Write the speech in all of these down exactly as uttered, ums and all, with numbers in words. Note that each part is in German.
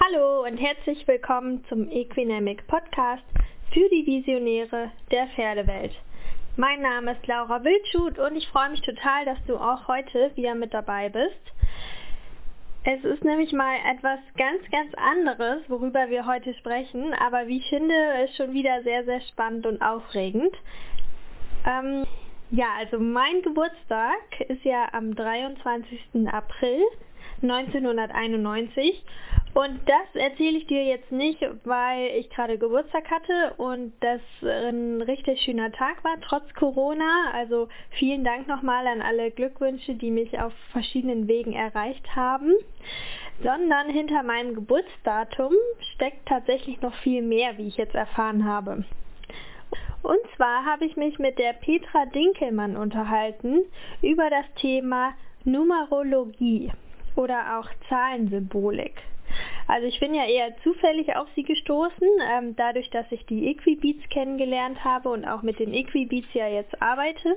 Hallo und herzlich willkommen zum Equinamic Podcast für die Visionäre der Pferdewelt. Mein Name ist Laura Wildschut und ich freue mich total, dass du auch heute wieder mit dabei bist. Es ist nämlich mal etwas ganz, ganz anderes, worüber wir heute sprechen, aber wie ich finde, ist schon wieder sehr, sehr spannend und aufregend. Ähm, ja, also mein Geburtstag ist ja am dreiundzwanzigsten April neunzehnhunderteinundneunzig und das erzähle ich dir jetzt nicht, weil ich gerade Geburtstag hatte und das ein richtig schöner Tag war, trotz Corona. Also vielen Dank nochmal an alle Glückwünsche, die mich auf verschiedenen Wegen erreicht haben, sondern hinter meinem Geburtsdatum steckt tatsächlich noch viel mehr, wie ich jetzt erfahren habe. Und zwar habe ich mich mit der Petra Dinkelmann unterhalten über das Thema Numerologie oder auch Zahlensymbolik. Also ich bin ja eher zufällig auf sie gestoßen, ähm, dadurch, dass ich die Equibeats kennengelernt habe und auch mit den Equibeats ja jetzt arbeite.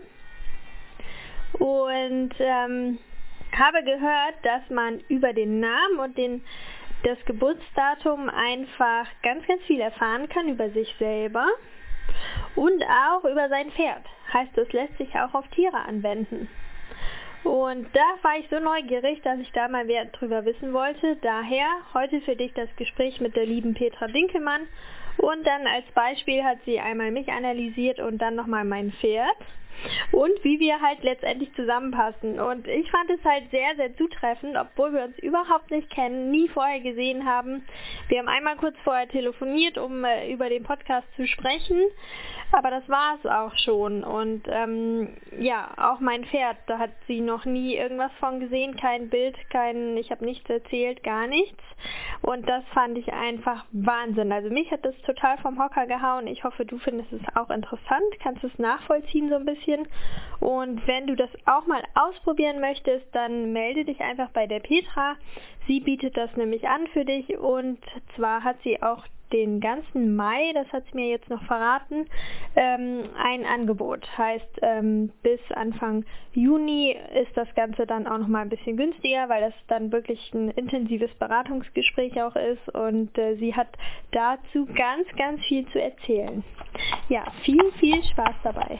Und ähm, habe gehört, dass man über den Namen und den, das Geburtsdatum einfach ganz, ganz viel erfahren kann über sich selber und auch über sein Pferd. Heißt, es lässt sich auch auf Tiere anwenden. Und da war ich so neugierig, dass ich da mal mehr drüber wissen wollte. Daher heute für dich das Gespräch mit der lieben Petra Dinkelmann. Und dann als Beispiel hat sie einmal mich analysiert und dann nochmal mein Pferd. Und wie wir halt letztendlich zusammenpassen. Und ich fand es halt sehr, sehr zutreffend, obwohl wir uns überhaupt nicht kennen, nie vorher gesehen haben. Wir haben einmal kurz vorher telefoniert, um äh, über den Podcast zu sprechen. Aber das war es auch schon. Und ähm, ja, auch mein Pferd, da hat sie noch nie irgendwas von gesehen. Kein Bild, kein, ich habe nichts erzählt, gar nichts. Und das fand ich einfach Wahnsinn. Also mich hat das total vom Hocker gehauen. Ich hoffe, du findest es auch interessant, kannst es nachvollziehen so ein bisschen. Und wenn du das auch mal ausprobieren möchtest, dann melde dich einfach bei der Petra. Sie bietet das nämlich an für dich und zwar hat sie auch den ganzen Mai, das hat sie mir jetzt noch verraten, ähm, ein Angebot. Heißt, ähm, bis Anfang Juni ist das Ganze dann auch nochmal ein bisschen günstiger, weil das dann wirklich ein intensives Beratungsgespräch auch ist und äh, sie hat dazu ganz, ganz viel zu erzählen. Ja, viel, viel Spaß dabei.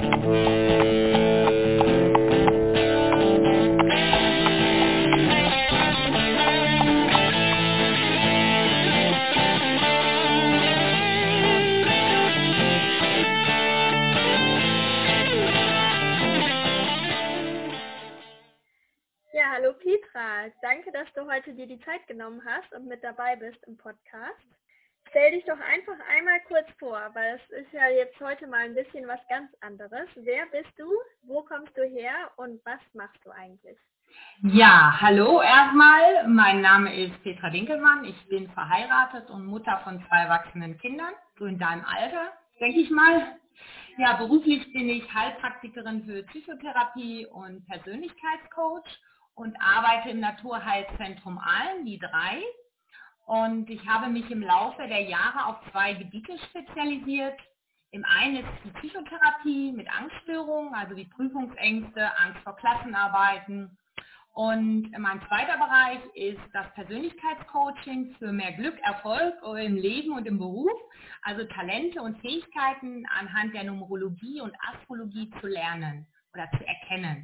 Ja, hallo Petra. Danke, dass du heute dir die Zeit genommen hast und mit dabei bist im Podcast. Stell dich doch einfach einmal kurz vor, weil es ist ja jetzt heute mal ein bisschen was ganz anderes. Wer bist du? Wo kommst du her und was machst du eigentlich? Ja, hallo erstmal. Mein Name ist Petra Dinkelmann. Ich bin verheiratet und Mutter von zwei erwachsenen Kindern, so in deinem Alter, denke ich mal. Ja, beruflich bin ich Heilpraktikerin für Psychotherapie und Persönlichkeitscoach und arbeite im Naturheilzentrum Aalen, die drei. Und ich habe mich im Laufe der Jahre auf zwei Gebiete spezialisiert. Im einen ist die Psychotherapie mit Angststörungen, also wie Prüfungsängste, Angst vor Klassenarbeiten. Und mein zweiter Bereich ist das Persönlichkeitscoaching für mehr Glück, Erfolg im Leben und im Beruf, also Talente und Fähigkeiten anhand der Numerologie und Astrologie zu lernen oder zu erkennen.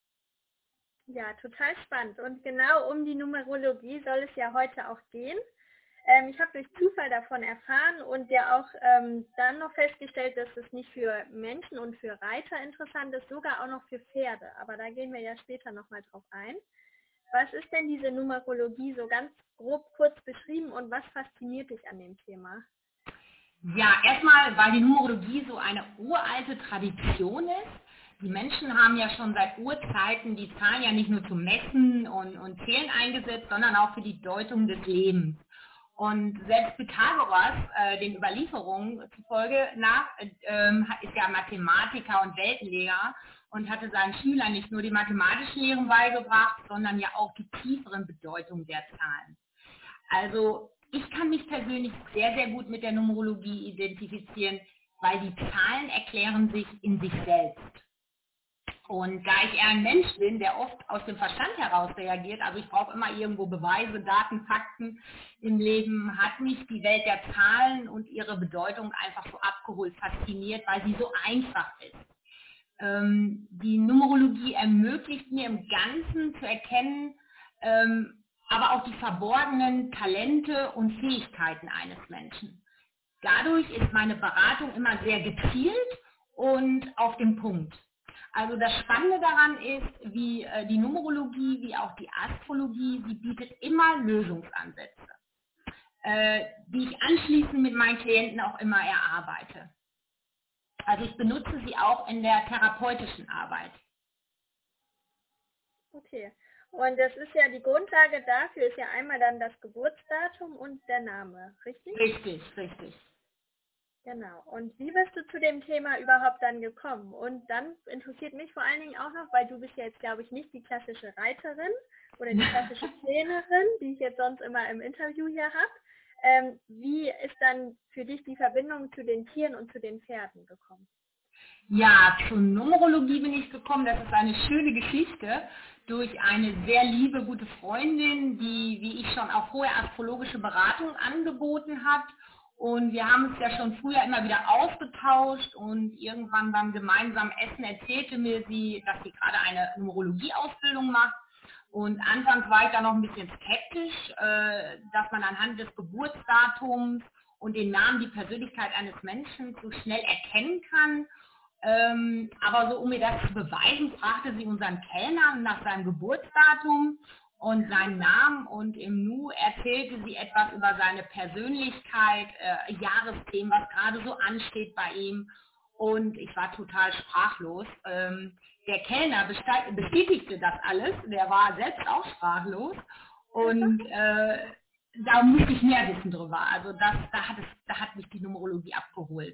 Ja, total spannend. Und genau um die Numerologie soll es ja heute auch gehen. Ähm, ich habe durch Zufall davon erfahren und ja auch ähm, dann noch festgestellt, dass es nicht für Menschen und für Reiter interessant ist, sogar auch noch für Pferde. Aber da gehen wir ja später nochmal drauf ein. Was ist denn diese Numerologie so ganz grob kurz beschrieben und was fasziniert dich an dem Thema? Ja, erstmal, weil die Numerologie so eine uralte Tradition ist. Die Menschen haben ja schon seit Urzeiten die Zahlen ja nicht nur zum Messen und, und Zählen eingesetzt, sondern auch für die Deutung des Lebens. Und selbst Pythagoras, äh, den Überlieferungen zufolge nach, äh, ähm, ist ja Mathematiker und Weltenleger und hatte seinen Schülern nicht nur die mathematischen Lehren beigebracht, sondern ja auch die tieferen Bedeutungen der Zahlen. Also ich kann mich persönlich sehr, sehr gut mit der Numerologie identifizieren, weil die Zahlen erklären sich in sich selbst. Und da ich eher ein Mensch bin, der oft aus dem Verstand heraus reagiert, also ich brauche immer irgendwo Beweise, Daten, Fakten im Leben, hat mich die Welt der Zahlen und ihre Bedeutung einfach so abgeholt, fasziniert, weil sie so einfach ist. Ähm, die Numerologie ermöglicht mir im Ganzen zu erkennen, ähm, aber auch die verborgenen Talente und Fähigkeiten eines Menschen. Dadurch ist meine Beratung immer sehr gezielt und auf den Punkt. Also das Spannende daran ist, wie äh, die Numerologie, wie auch die Astrologie, sie bietet immer Lösungsansätze, äh, die ich anschließend mit meinen Klienten auch immer erarbeite. Also ich benutze sie auch in der therapeutischen Arbeit. Okay. Und das ist ja die Grundlage dafür, ist ja einmal dann das Geburtsdatum und der Name, richtig? Richtig, richtig. Genau. Und wie bist du zu dem Thema überhaupt dann gekommen? Und dann interessiert mich vor allen Dingen auch noch, weil du bist ja jetzt, glaube ich, nicht die klassische Reiterin oder die klassische Trainerin, die ich jetzt sonst immer im Interview hier habe. Ähm, wie ist dann für dich die Verbindung zu den Tieren und zu den Pferden gekommen? Ja, zur Numerologie bin ich gekommen. Das ist eine schöne Geschichte durch eine sehr liebe, gute Freundin, die, wie ich schon auch vorher astrologische Beratung angeboten hat. Und wir haben uns ja schon früher immer wieder ausgetauscht und irgendwann beim gemeinsamen Essen erzählte mir sie, dass sie gerade eine Numerologie-Ausbildung macht. Und anfangs war ich da noch ein bisschen skeptisch, äh, dass man anhand des Geburtsdatums und den Namen die Persönlichkeit eines Menschen so schnell erkennen kann. Ähm, aber so um mir das zu beweisen, fragte sie unseren Kellner nach seinem Geburtsdatum und seinen Namen und im Nu erzählte sie etwas über seine Persönlichkeit, äh, Jahresthemen, was gerade so ansteht bei ihm. Und ich war total sprachlos. Ähm, der Kellner besteig- bestätigte das alles, der war selbst auch sprachlos. Und äh, da musste ich mehr wissen drüber. Also das, da, hat es, da hat mich die Numerologie abgeholt.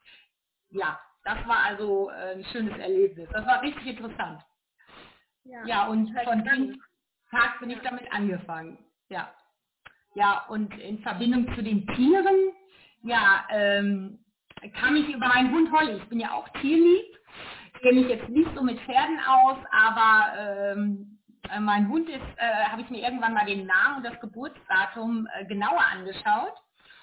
Ja, das war also äh, ein schönes Erlebnis. Das war richtig interessant. Ja, Ja, und total von spannend. dem Tag bin ich Ja. damit angefangen. Ja. Ja, und in Verbindung zu den Tieren, ja, ähm, kam ich über meinen Hund Holly. Ich bin ja auch tierlieb. Ich kenne mich jetzt nicht so mit Pferden aus, aber ähm, äh, mein Hund ist, äh, habe ich mir irgendwann mal den Namen und das Geburtsdatum äh, genauer angeschaut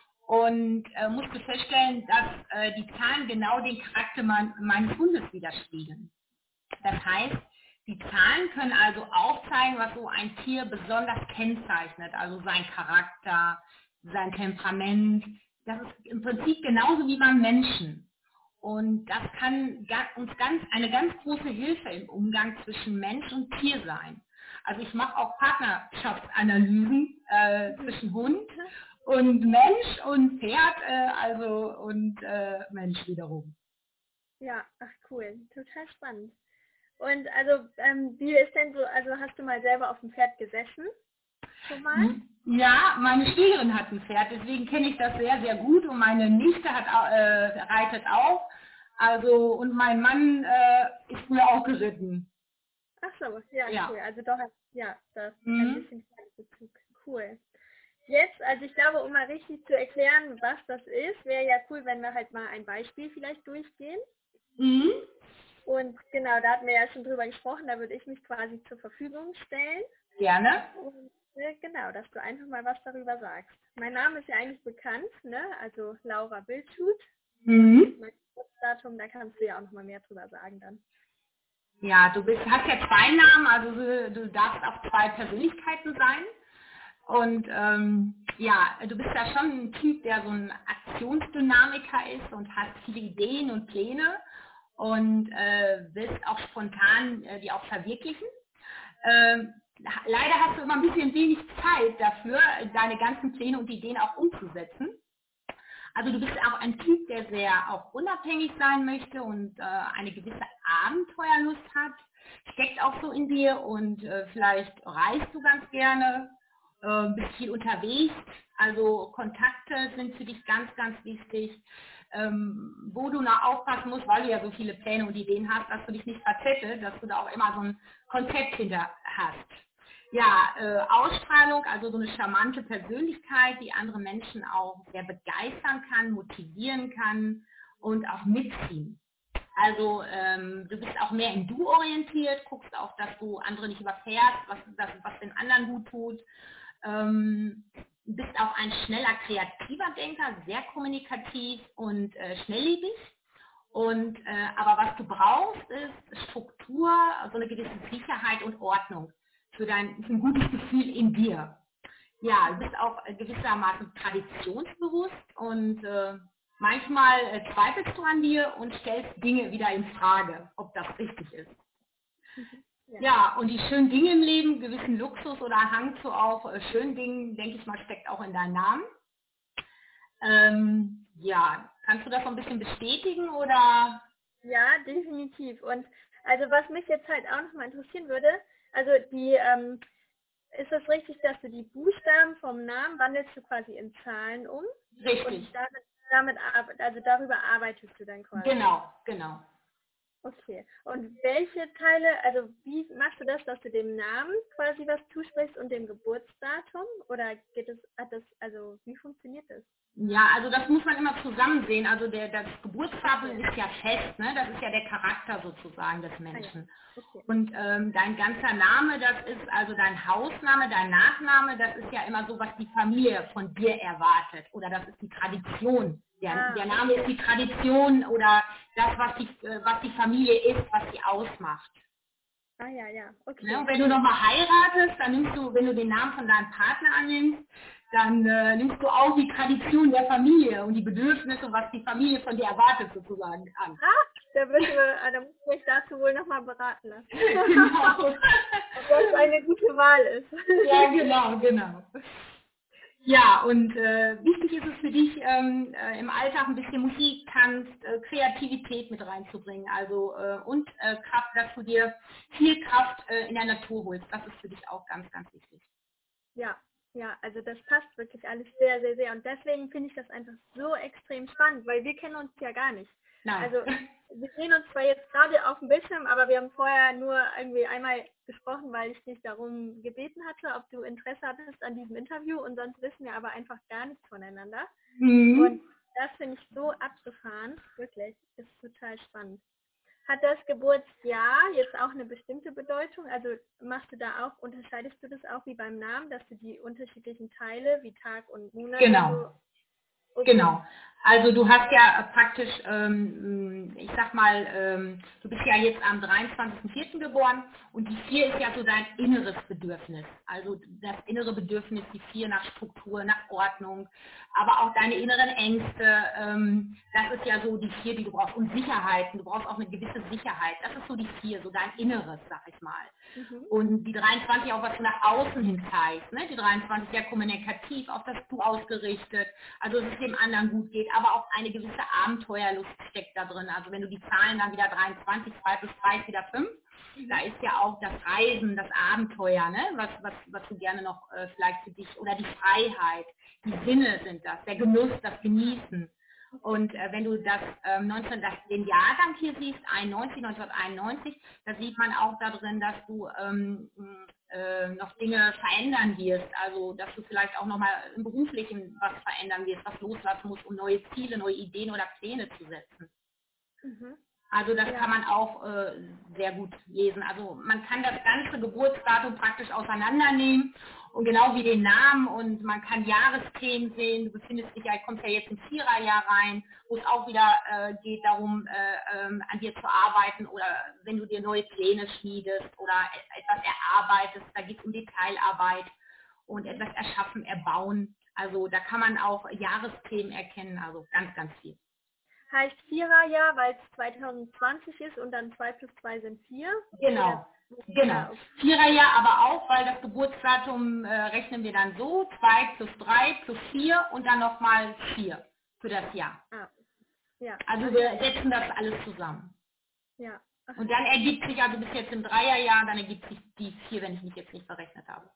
und äh, musste feststellen, dass äh, die Zahlen genau den Charakter mein, meines Hundes widerspiegeln. Das heißt, die Zahlen können also aufzeigen, was so ein Tier besonders kennzeichnet, also sein Charakter, sein Temperament. Das ist im Prinzip genauso wie beim Menschen. Und das kann ga- uns ganz, eine ganz große Hilfe im Umgang zwischen Mensch und Tier sein. Also ich mache auch Partnerschaftsanalysen äh, zwischen Hund und Mensch und Pferd, äh, also und äh, Mensch wiederum. Ja, ach cool, total spannend. Und also, ähm, wie ist denn so, also hast du mal selber auf dem Pferd gesessen? Schon mal? Ja, meine Schwägerin hat ein Pferd, deswegen kenne ich das sehr, sehr gut und meine Nichte hat, au- äh, reitet auch. Also und mein Mann äh, ist früher auch geritten. Ach so, ja, Ja. cool. Also doch, ja, das ist ein Mhm. bisschen Bezug. Cool. Jetzt, also ich glaube, um mal richtig zu erklären, was das ist, wäre ja cool, wenn wir halt mal ein Beispiel vielleicht durchgehen. Mhm. Und genau, da hatten wir ja schon drüber gesprochen, da würde ich mich quasi zur Verfügung stellen. Gerne. Und äh, genau, dass du einfach mal was darüber sagst. Mein Name ist ja eigentlich bekannt, ne? Also Laura Wildschut. Mhm. Und mein Geburtsdatum, da kannst du ja auch noch mal mehr drüber sagen dann. Ja, du bist, hast ja zwei Namen, also du, du darfst auch zwei Persönlichkeiten sein. Und ähm, ja, du bist ja schon ein Typ, der so ein Aktionsdynamiker ist und hat viele Ideen und Pläne und äh, willst auch spontan äh, die auch verwirklichen. Ähm, leider hast du immer ein bisschen wenig Zeit dafür, deine ganzen Pläne und Ideen auch umzusetzen. Also du bist auch ein Typ, der sehr auch unabhängig sein möchte und äh, eine gewisse Abenteuerlust hat. Steckt auch so in dir und äh, vielleicht reist du ganz gerne, äh, bist viel unterwegs. Also Kontakte sind für dich ganz, ganz wichtig. Ähm, wo du noch aufpassen musst, weil du ja so viele Pläne und Ideen hast, dass du dich nicht verzettelst, dass du da auch immer so ein Konzept hinter hast. Ja, äh, Ausstrahlung, also so eine charmante Persönlichkeit, die andere Menschen auch sehr begeistern kann, motivieren kann und auch mitziehen. Also ähm, du bist auch mehr in Du orientiert, guckst auch, dass du andere nicht überfährst, was, das, was den anderen gut tut. Ähm, bist auch ein schneller kreativer Denker, sehr kommunikativ und äh, schnelllebig. Und äh, aber was du brauchst, ist Struktur, also eine gewisse Sicherheit und Ordnung für dein für ein gutes Gefühl in dir. Ja, du bist auch äh, gewissermaßen traditionsbewusst und äh, manchmal äh, zweifelst du an dir und stellst Dinge wieder in Frage, ob das richtig ist. Ja. Ja, und die schönen Dinge im Leben, gewissen Luxus oder Hang zu auch äh, schönen Dingen, denke ich mal, steckt auch in deinem Namen. Ähm, ja, kannst du das so ein bisschen bestätigen oder? Ja, definitiv. Und also was mich jetzt halt auch nochmal interessieren würde, also die, ähm, ist es richtig, dass du die Buchstaben vom Namen wandelst du quasi in Zahlen um? Richtig, Und damit, damit arbe- also darüber arbeitest du dann quasi. genau, genau. Okay. Und welche Teile, also wie machst du das, dass du dem Namen quasi was zusprichst und dem Geburtsdatum? Oder geht es, hat das, also wie funktioniert das? Ja, also das muss man immer zusammen sehen. Also der, das Geburtsdatum ist ja fest, ne? Das ist ja der Charakter sozusagen des Ah ja, Menschen. okay. Und ähm, dein ganzer Name, das ist also dein Hausname, dein Nachname, das ist ja immer so, was die Familie von dir erwartet. Oder das ist die Tradition. Der, Ah, der Name ist die Tradition oder das, was die, äh, was die Familie ist, was sie ausmacht. ah ja, ja, Ne? Und okay. wenn du nochmal heiratest, dann nimmst du, wenn du den Namen von deinem Partner annimmst, dann äh, nimmst du auch die Tradition der Familie und die Bedürfnisse, was die Familie von dir erwartet sozusagen an. Ah, da müssen wir, ah, da muss ich mich dazu wohl nochmal beraten lassen. Genau. Ob das eine gute Wahl ist. Ja, genau, genau. Ja, und äh, wichtig ist es für dich, ähm, äh, im Alltag ein bisschen Musik, Tanz, äh, Kreativität mit reinzubringen. Also äh, und äh, Kraft, dass du dir viel Kraft äh, in der Natur holst. Das ist für dich auch ganz, ganz wichtig. Ja, ja, also das passt wirklich alles sehr, sehr, sehr. Und deswegen finde ich das einfach so extrem spannend, weil wir kennen uns ja gar nicht. Nein. Also wir sehen uns zwar jetzt gerade auf dem Bildschirm, aber wir haben vorher nur irgendwie einmal gesprochen, weil ich dich darum gebeten hatte, ob du Interesse hattest an diesem Interview und sonst wissen wir aber einfach gar nichts voneinander. Mhm. Und das finde ich so abgefahren, wirklich, ist total spannend. Hat das Geburtsjahr jetzt auch eine bestimmte Bedeutung? Also machst du da auch, unterscheidest du das auch wie beim Namen, dass du die unterschiedlichen Teile wie Tag und Monat und Genau. so? Okay. Genau. Also du hast ja äh, praktisch, ähm, ich sag mal, ähm, du bist ja jetzt am dreiundzwanzigsten vierten geboren und die vier ist ja so dein inneres Bedürfnis. Also das innere Bedürfnis, die vier nach Struktur, nach Ordnung, aber auch deine inneren Ängste, ähm, das ist ja so die vier, die du brauchst. Und Sicherheiten, du brauchst auch eine gewisse Sicherheit. Das ist so die vier, so dein Inneres, sag ich mal. Mhm. Und die dreiundzwanzig auch, was du nach außen hin zeigst. Ne? Die dreiundzwanzig ja kommunikativ, auf das Du ausgerichtet. Also dass es dem anderen gut geht, aber auch eine gewisse Abenteuerlust steckt da drin. Also wenn du die Zahlen dann wieder dreiundzwanzig, zwei plus drei ist wieder fünf, da ist ja auch das Reisen, das Abenteuer, ne? was, was, was du gerne noch äh, vielleicht für dich, oder die Freiheit, die Sinne sind das, der Genuss, das Genießen. Und äh, wenn du das, ähm, neunzehn, das den Jahrgang hier siehst, einundneunzig, neunzehnhunderteinundneunzig, da sieht man auch da drin, dass du ähm, äh, noch Dinge verändern wirst. Also dass du vielleicht auch nochmal im Beruflichen was verändern wirst, was loslassen musst, um neue Ziele, neue Ideen oder Pläne zu setzen. Mhm. Also das Ja. kann man auch äh, sehr gut lesen. Also man kann das ganze Geburtsdatum praktisch auseinandernehmen und genau wie den Namen, und man kann Jahresthemen sehen. Du befindest dich ja, kommst ja jetzt im Viererjahr rein, wo es auch wieder äh, geht darum, äh, ähm, an dir zu arbeiten, oder wenn du dir neue Pläne schmiedest oder et- etwas erarbeitest, da geht es um Detailarbeit und etwas erschaffen, erbauen. Also da kann man auch Jahresthemen erkennen, also ganz, ganz viel. Heißt Viererjahr, weil es zwanzig zwanzig ist und dann zwei plus zwei sind vier? Genau, Oder? genau. Ah, okay. Viererjahr aber auch, weil das Geburtsdatum äh, rechnen wir dann so, zwei plus drei plus vier und dann nochmal vier für das Jahr. Ah, ja. Also Ach, wir setzen das alles zusammen. ja. Ach, Und dann ergibt sich, also bis jetzt im Dreierjahr, dann ergibt sich die vier, wenn ich mich jetzt nicht verrechnet habe.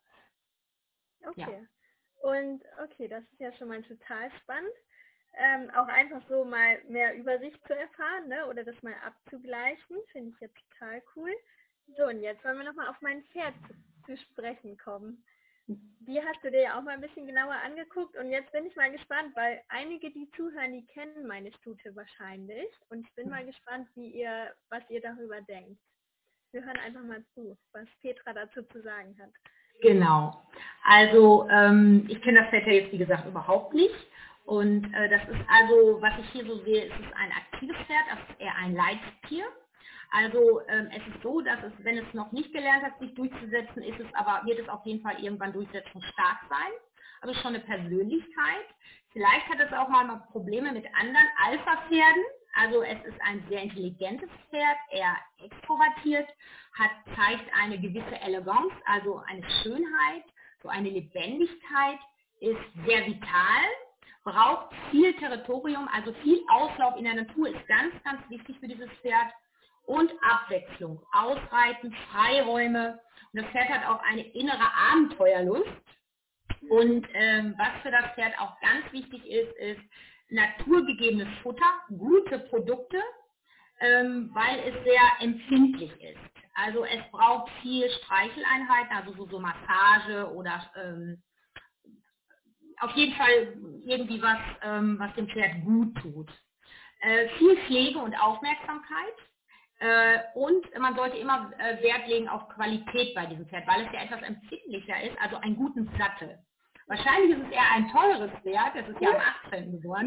Ja. okay. Und okay, das ist ja schon mal total spannend. Ähm, auch einfach so mal mehr Übersicht zu erfahren, ne? Oder das mal abzugleichen, finde ich ja total cool. So, und jetzt wollen wir nochmal auf mein Pferd zu, zu sprechen kommen. Die hast du dir ja auch mal ein bisschen genauer angeguckt und jetzt bin ich mal gespannt, weil einige, die zuhören, die kennen meine Stute wahrscheinlich und ich bin mal gespannt, wie ihr, was ihr darüber denkt. Wir hören einfach mal zu, was Petra dazu zu sagen hat. Genau. Also ähm, ich kenne das Pferd ja jetzt wie gesagt überhaupt nicht. Und äh, das ist also, was ich hier so sehe, ist es ein aktives Pferd, das ist eher ein Leittier. Also ähm, es ist so, dass es, wenn es noch nicht gelernt hat, sich durchzusetzen, ist es aber, wird es auf jeden Fall irgendwann durchsetzungsstark sein. Also schon eine Persönlichkeit. Vielleicht hat es auch mal Probleme mit anderen Alpha-Pferden. Also es ist ein sehr intelligentes Pferd, eher extrovertiert, hat, zeigt eine gewisse Eleganz, also eine Schönheit, so eine Lebendigkeit, ist sehr vital, braucht viel Territorium, also viel Auslauf in der Natur ist ganz, ganz wichtig für dieses Pferd und Abwechslung, Ausreiten, Freiräume und das Pferd hat auch eine innere Abenteuerlust. Und ähm, was für das Pferd auch ganz wichtig ist, ist naturgegebenes Futter, gute Produkte, ähm, weil es sehr empfindlich ist. Also es braucht viel Streicheleinheiten, also so, so Massage oder ähm, auf jeden Fall irgendwie was, ähm, was dem Pferd gut tut. Äh, viel Pflege und Aufmerksamkeit. Äh, und man sollte immer äh, Wert legen auf Qualität bei diesem Pferd, weil es ja etwas empfindlicher ist, also einen guten Sattel. Wahrscheinlich ist es eher ein teures Pferd, das ist ja am achtzehnten geworden.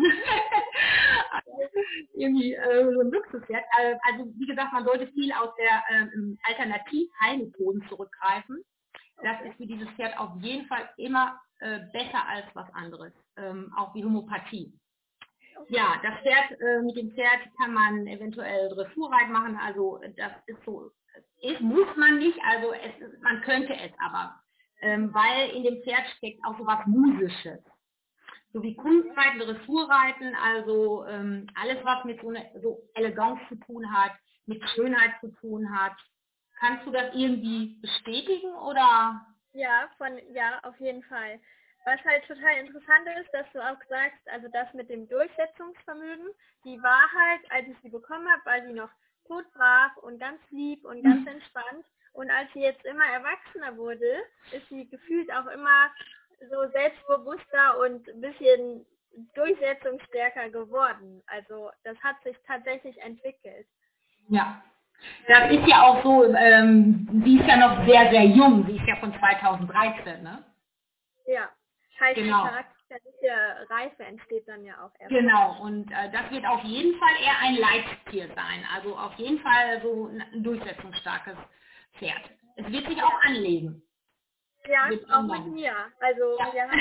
Irgendwie äh, so ein Luxuspferd. Äh, also wie gesagt, man sollte viel aus der ähm, Alternativ-Heilmethoden zurückgreifen. Das ist für dieses Pferd auf jeden Fall immer äh, besser als was anderes, ähm, auch wie Homöopathie. Ja, das Pferd, äh, mit dem Pferd kann man eventuell Dressurreit machen, also das ist so, ist, muss man nicht, also es, man könnte es aber, ähm, weil in dem Pferd steckt auch so was Musisches. So wie Kunstreiten, Dressurreiten, also ähm, alles, was mit so, eine, so Eleganz zu tun hat, mit Schönheit zu tun hat. Kannst du das irgendwie bestätigen oder? Ja, von, ja, auf jeden Fall. Was halt total interessant ist, dass du auch sagst, also das mit dem Durchsetzungsvermögen, die war halt, als ich sie bekommen habe, war sie noch todbrav und ganz lieb und ganz entspannt. Und als sie jetzt immer erwachsener wurde, ist sie gefühlt auch immer so selbstbewusster und ein bisschen durchsetzungsstärker geworden. Also das hat sich tatsächlich entwickelt. Ja. Das ist ja auch so, ähm, sie ist ja noch sehr, sehr jung, sie ist ja von zweitausenddreizehn, ne? Ja, heißt Genau. die charakteristische Reife entsteht dann ja auch erst. Genau, und äh, das wird auf jeden Fall eher ein Leittier sein, also auf jeden Fall so ein durchsetzungsstarkes Pferd. Es wird sich auch anlegen. Ja, Mit auch mit anderen. mir. Also, Ja. ja.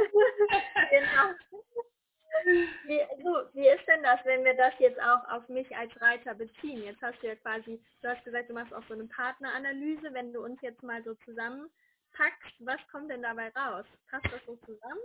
Genau. Wie, so, wie ist denn das, wenn wir das jetzt auch auf mich als Reiter beziehen? Jetzt hast du ja quasi, du hast gesagt, du machst auch so eine Partneranalyse. Wenn du uns jetzt mal so zusammenpackst, was kommt denn dabei raus? Passt das so zusammen?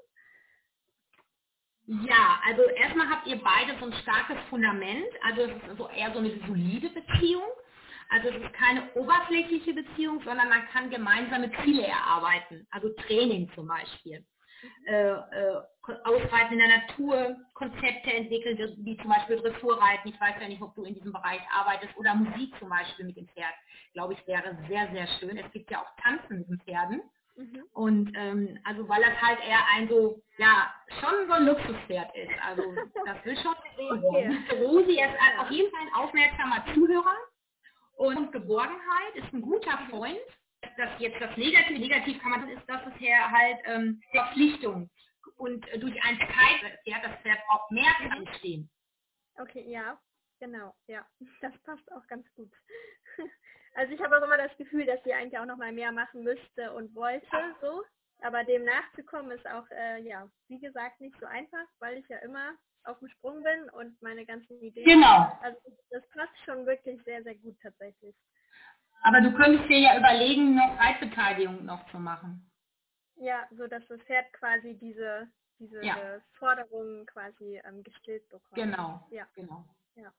Ja, also erstmal habt ihr beide so ein starkes Fundament, also es ist so eher so eine solide Beziehung. Also es ist keine oberflächliche Beziehung, sondern man kann gemeinsame Ziele erarbeiten, also Training zum Beispiel. Äh, äh, Ausreiten in der Natur, Konzepte entwickeln, wie zum Beispiel Dressurreiten. Ich weiß ja nicht, ob du in diesem Bereich arbeitest oder Musik zum Beispiel mit dem Pferd. Glaube ich, wäre sehr, sehr schön. Es gibt ja auch Tanzen mit den Pferden. Mhm. Und ähm, also weil das halt eher ein so, ja, schon so ein Luxuspferd ist. Also das will schon gesehen werden. Okay. Rosi ist Ja. auf jeden Fall ein aufmerksamer Zuhörer und Geborgenheit, ist ein guter Freund. Das jetzt das Negative, negativ kann man, ist, dass es her halt ähm, Verpflichtung und äh, durch ein Zeitpferd, das Pferd auch mehr entstehen. Okay, ja, genau, ja. Das passt auch ganz gut. Also ich habe auch immer das Gefühl, dass sie eigentlich auch noch mal mehr machen müsste und wollte, so. Aber dem nachzukommen ist auch, äh, ja, wie gesagt, nicht so einfach, weil ich ja immer auf dem Sprung bin und meine ganzen Ideen. Genau. Also das passt schon wirklich sehr, sehr gut tatsächlich. Aber du könntest dir ja überlegen, noch Reitbeteiligung noch zu machen. Ja, so dass das Pferd quasi diese, diese Ja. Forderungen quasi ähm, gestillt bekommt. Genau. Ja. Genau. Ja.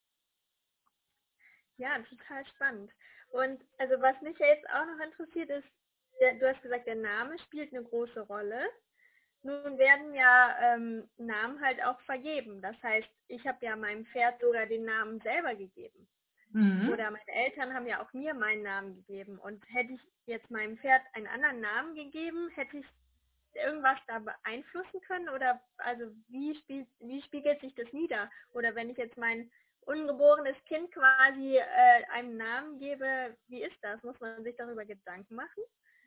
Ja, total spannend. Und also was mich ja jetzt auch noch interessiert ist, der, du hast gesagt, der Name spielt eine große Rolle. Nun werden ja ähm, Namen halt auch vergeben. Das heißt, ich habe ja meinem Pferd sogar den Namen selber gegeben. Mhm. Oder meine Eltern haben ja auch mir meinen Namen gegeben. Und hätte ich jetzt meinem Pferd einen anderen Namen gegeben, hätte ich irgendwas da beeinflussen können? Oder also wie spielt, wie spiegelt sich das nieder? Oder wenn ich jetzt mein ungeborenes Kind quasi äh, einem Namen gebe, wie ist das? Muss man sich darüber Gedanken machen?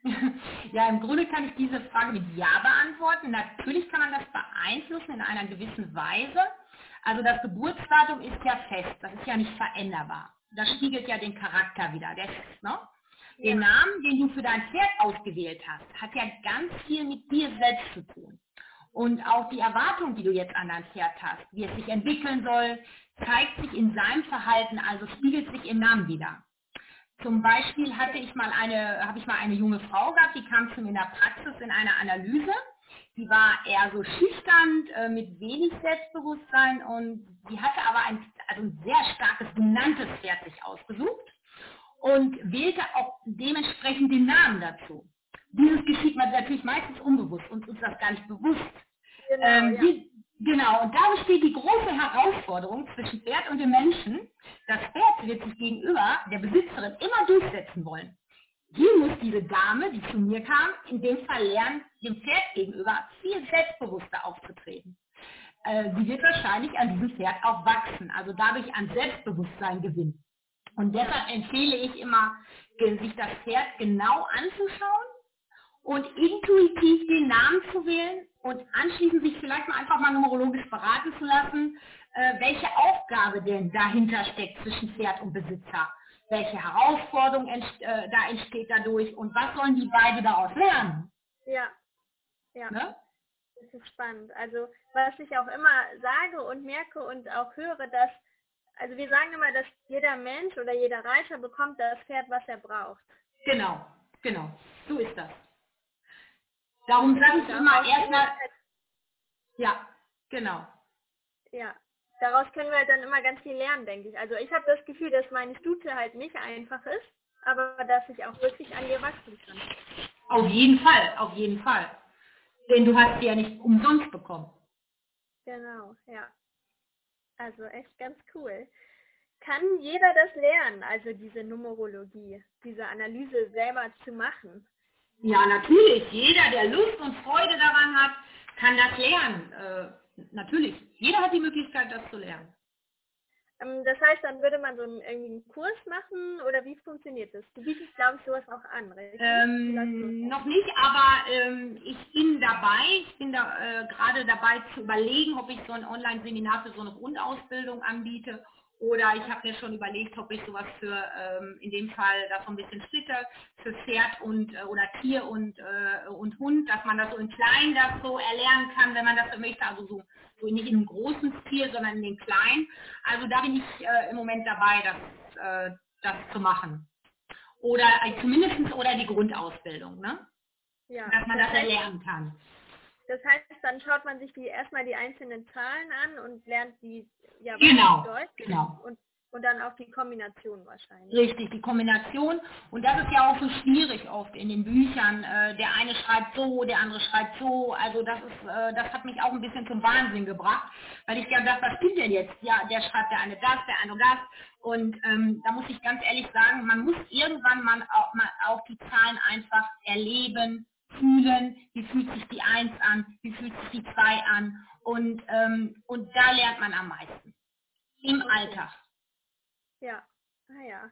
Ja, im Grunde kann ich diese Frage mit Ja beantworten. Natürlich kann man das beeinflussen in einer gewissen Weise. Also das Geburtsdatum ist ja fest, das ist ja nicht veränderbar. Das spiegelt ja den Charakter wieder. Der ist, ne? Den Ja, Namen, den du für dein Pferd ausgewählt hast, hat ja ganz viel mit dir selbst zu tun. Und auch die Erwartung, die du jetzt an dein Pferd hast, wie es sich entwickeln soll, zeigt sich in seinem Verhalten, also spiegelt sich im Namen wieder. Zum Beispiel hatte ich mal eine, habe ich mal eine junge Frau gehabt, die kam zu mir in der Praxis in einer Analyse. Die war eher so schüchtern, äh, mit wenig Selbstbewusstsein und die hatte aber ein, also ein sehr starkes, dominantes Pferd sich ausgesucht und wählte auch dementsprechend den Namen dazu. Dieses geschieht man natürlich meistens unbewusst und uns das gar nicht bewusst. genau, Ähm, ja. die, genau, und da besteht die große Herausforderung zwischen Pferd und dem Menschen. Das Pferd wird sich gegenüber der Besitzerin immer durchsetzen wollen. Hier muss diese Dame, die zu mir kam, in dem Fall lernen, dem Pferd gegenüber viel selbstbewusster aufzutreten. Äh, sie wird wahrscheinlich an diesem Pferd auch wachsen, also dadurch an Selbstbewusstsein gewinnen. Und deshalb empfehle ich immer, sich das Pferd genau anzuschauen und intuitiv den Namen zu wählen und anschließend sich vielleicht mal einfach mal numerologisch beraten zu lassen, äh, welche Aufgabe denn dahinter steckt zwischen Pferd und Besitzer. Welche Herausforderung entst äh, da entsteht dadurch und was sollen die beide daraus lernen? Ja, ja. Ne? Das ist spannend. Also was ich auch immer sage und merke und auch höre, dass, also wir sagen immer, dass jeder Mensch oder jeder Reiter bekommt das Pferd, was er braucht. Genau, genau, so ist das. Darum sage Und ich immer daraus können wir erstmal, halt, ja, genau. ja, daraus können wir halt dann immer ganz viel lernen, denke ich. Also ich habe das Gefühl, dass meine Stute halt nicht einfach ist, aber dass ich auch wirklich an ihr wachsen kann. Auf jeden Fall, auf jeden Fall. Denn du hast sie ja nicht umsonst bekommen. Genau, ja. Also echt ganz cool. Kann jeder das lernen, also diese Numerologie, diese Analyse selber zu machen? Ja, natürlich. Jeder, der Lust und Freude daran hat, kann das lernen. Äh, natürlich. Jeder hat die Möglichkeit, das zu lernen. Ähm, das heißt, dann würde man so einen, irgendwie einen Kurs machen oder wie funktioniert das? Du bietest, glaube ich, sowas auch an, richtig? Wie läuft das Ähm, ab? noch nicht, aber ähm, ich bin dabei. Ich bin da äh, gerade dabei zu überlegen, ob ich so ein Online-Seminar für so eine Grundausbildung anbiete. Oder ich habe mir schon überlegt, ob ich sowas für, ähm, in dem Fall da so ein bisschen splitte, für Pferd und äh, oder Tier und, äh, und Hund, dass man das so in klein das so erlernen kann, wenn man das so möchte. Also so, so nicht in einem großen Stil, sondern in den kleinen. Also da bin ich äh, im Moment dabei, das, äh, das zu machen. Oder äh, Okay. zumindest oder die Grundausbildung, ne? Ja, Dass man das das heißt, erlernen kann. das heißt, dann schaut man sich die erstmal die einzelnen Zahlen an und lernt die, ja, was die Genau, bedeuten genau. und, und dann auch die Kombination wahrscheinlich. Richtig, die Kombination. Und das ist ja auch so schwierig oft in den Büchern. Äh, der eine schreibt so, der andere schreibt so. Also das ist, äh, das hat mich auch ein bisschen zum Wahnsinn gebracht, weil ich gedacht, was stimmt denn jetzt? Ja, der schreibt der eine das, der andere das. Und ähm, da muss ich ganz ehrlich sagen, man muss irgendwann mal auch, mal auch die Zahlen einfach erleben, fühlen, wie fühlt sich die Eins an, wie fühlt sich die Zwei an. Und, ähm, und da lernt man am meisten. Im Okay, Alltag. ja, ah ja.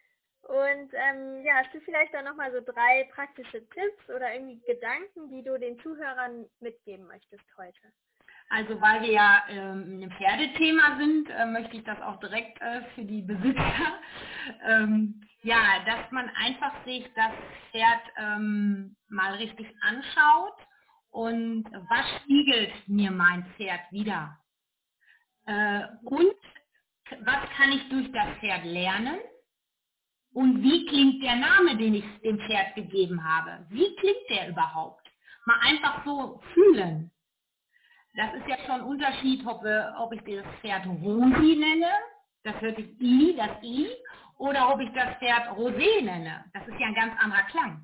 Und ähm, ja, hast du vielleicht dann nochmal so drei praktische Tipps oder irgendwie Gedanken, die du den Zuhörern mitgeben möchtest heute? Also weil wir ja ähm, in einem Pferdethema sind, äh, möchte ich das auch direkt äh, für die Besitzer. Ähm, ja, dass man einfach sich das Pferd ähm, mal richtig anschaut und was spiegelt mir mein Pferd wieder? Äh, und was kann ich durch das Pferd lernen? Und wie klingt der Name, den ich dem Pferd gegeben habe? Wie klingt der überhaupt? Mal einfach so fühlen. Das ist ja schon ein Unterschied, ob, wir, ob ich das Pferd Rosi nenne, das hört sich I, das I, oder ob ich das Pferd Rosé nenne. Das ist ja ein ganz anderer Klang.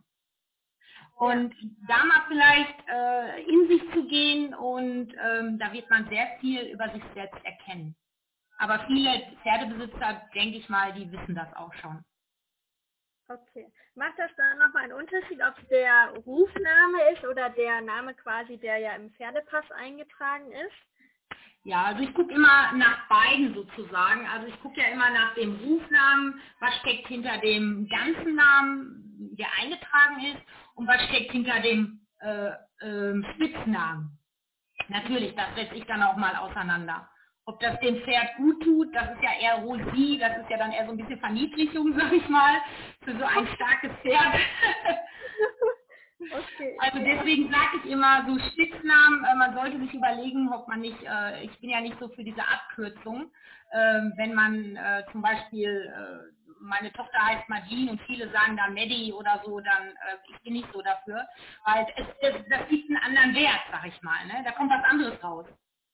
Ja, Und da mal vielleicht äh, in sich zu gehen und ähm, da wird man sehr viel über sich selbst erkennen. Aber viele Pferdebesitzer, denke ich mal, die wissen das auch schon. Okay. Macht das dann nochmal einen Unterschied, ob es der Rufname ist oder der Name quasi, der ja im Pferdepass eingetragen ist? Ja, also ich gucke immer nach beiden sozusagen. Also ich gucke ja immer nach dem Rufnamen, was steckt hinter dem ganzen Namen, der eingetragen ist, und was steckt hinter dem äh, äh, Spitznamen. Natürlich, das setze ich dann auch mal auseinander. Ob das dem Pferd gut tut, das ist ja eher Rosi, das ist ja dann eher so ein bisschen Verniedlichung, sag ich mal, für so ein starkes Pferd. Okay. Also deswegen sage ich immer so Spitznamen, äh, man sollte sich überlegen, ob man nicht, äh, ich bin ja nicht so für diese Abkürzung, äh, wenn man äh, zum Beispiel, äh, meine Tochter heißt Madine und viele sagen da Maddie oder so, dann äh, ich bin nicht so dafür, weil es, das, das gibt einen anderen Wert, sag ich mal, ne? Da kommt was anderes raus.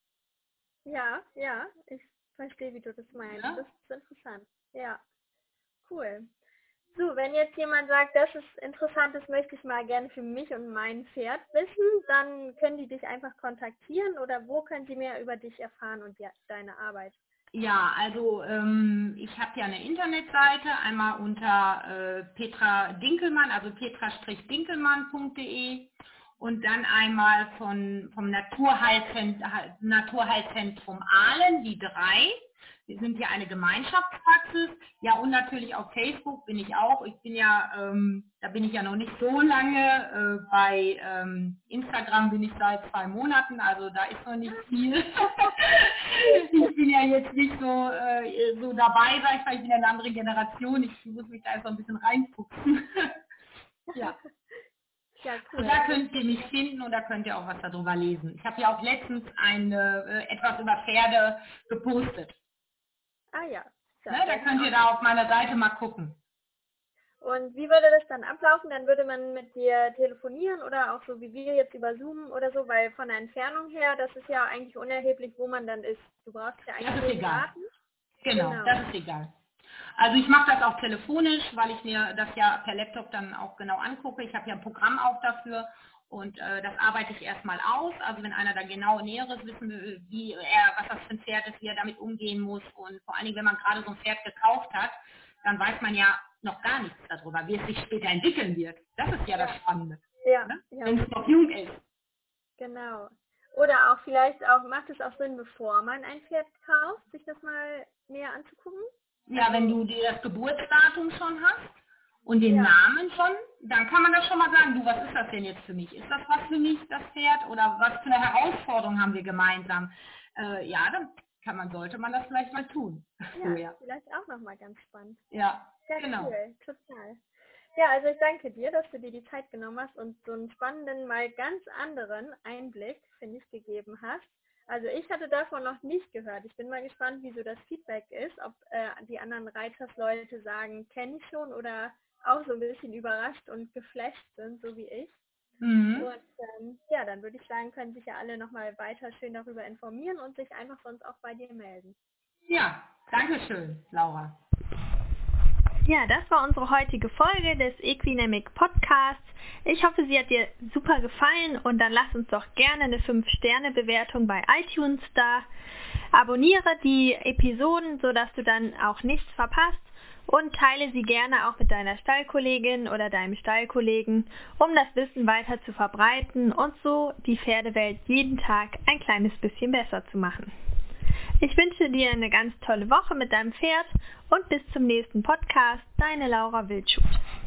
Ja, ja, ich verstehe, wie du das meinst. Ja? Das ist interessant. Ja, cool. So, wenn jetzt jemand sagt, das ist interessant, das möchte ich mal gerne für mich und mein Pferd wissen, dann können die dich einfach kontaktieren oder wo können sie mehr über dich erfahren und ja, deine Arbeit? Ja, also ähm, ich habe ja eine Internetseite, einmal unter äh, Petra Dinkelmann, also petra-dinkelmann punkt de und dann einmal von, vom Naturheilzentrum, Naturheilzentrum Aalen, die drei. Wir sind ja eine Gemeinschaftspraxis. Ja, und natürlich auf Facebook bin ich auch. Ich bin ja, ähm, da bin ich ja noch nicht so lange. Äh, bei ähm, Instagram bin ich seit zwei Monaten, also da ist noch nicht viel. Ich bin ja jetzt nicht so, äh, so dabei, sag ich mal. Ich bin ja eine andere Generation. Ich muss mich da einfach ein bisschen reinfuchsen. Ja. Ja, cool. Und da könnt ihr mich finden und da könnt ihr auch was darüber lesen. Ich habe ja auch letztens eine, äh, etwas über Pferde gepostet. Ah ja. Ne, da könnt ihr da auf meiner Seite mal gucken. Und wie würde das dann ablaufen? Dann würde man mit dir telefonieren oder auch so wie wir jetzt über Zoom oder so, weil von der Entfernung her, das ist ja eigentlich unerheblich, wo man dann ist. Du brauchst ja eigentlich Das ist egal. Daten. Genau, Genau. das ist egal. Also ich mache das auch telefonisch, weil ich mir das ja per Laptop dann auch genau angucke. Ich habe ja ein Programm auch dafür und äh, das arbeite ich erstmal aus. Also wenn einer da genau Näheres wissen will, wie er, was das für ein Pferd ist, wie er damit umgehen muss und vor allen Dingen, wenn man gerade so ein Pferd gekauft hat, dann weiß man ja noch gar nichts darüber, wie es sich später entwickeln wird. Das ist ja, ja. das Spannende, ja, ne? Ja. Wenn es noch jung ist. Genau. Oder auch vielleicht auch, macht es auch Sinn, bevor man ein Pferd kauft, sich das mal näher anzugucken? Ja, Also, wenn du dir das Geburtsdatum schon hast und den ja. Namen schon, dann kann man das schon mal sagen, du, was ist das denn jetzt für mich? Ist das was für mich, das Pferd? Oder was für eine Herausforderung haben wir gemeinsam? Äh, ja, dann kann man, sollte man das vielleicht mal tun. Ja, So, ja. vielleicht auch nochmal ganz spannend. Ja, Ja, genau. cool, total. Ja, also ich danke dir, dass du dir die Zeit genommen hast und so einen spannenden, mal ganz anderen Einblick, finde ich, gegeben hast. Also ich hatte davon noch nicht gehört. Ich bin mal gespannt, wie so das Feedback ist, ob äh, die anderen Reitersleute sagen, kenne ich schon oder auch so ein bisschen überrascht und geflasht sind, so wie ich. Mhm. Und ähm, ja, dann würde ich sagen, können sich ja alle nochmal weiter schön darüber informieren und sich einfach sonst auch bei dir melden. Ja, danke schön, Laura. Ja, das war unsere heutige Folge des Equinemic Podcasts. Ich hoffe, sie hat dir super gefallen und dann lass uns doch gerne eine fünf Sterne Bewertung bei iTunes da. Abonniere die Episoden, sodass du dann auch nichts verpasst und teile sie gerne auch mit deiner Stallkollegin oder deinem Stallkollegen, um das Wissen weiter zu verbreiten und so die Pferdewelt jeden Tag ein kleines bisschen besser zu machen. Ich wünsche dir eine ganz tolle Woche mit deinem Pferd und bis zum nächsten Podcast, deine Laura Wildschut.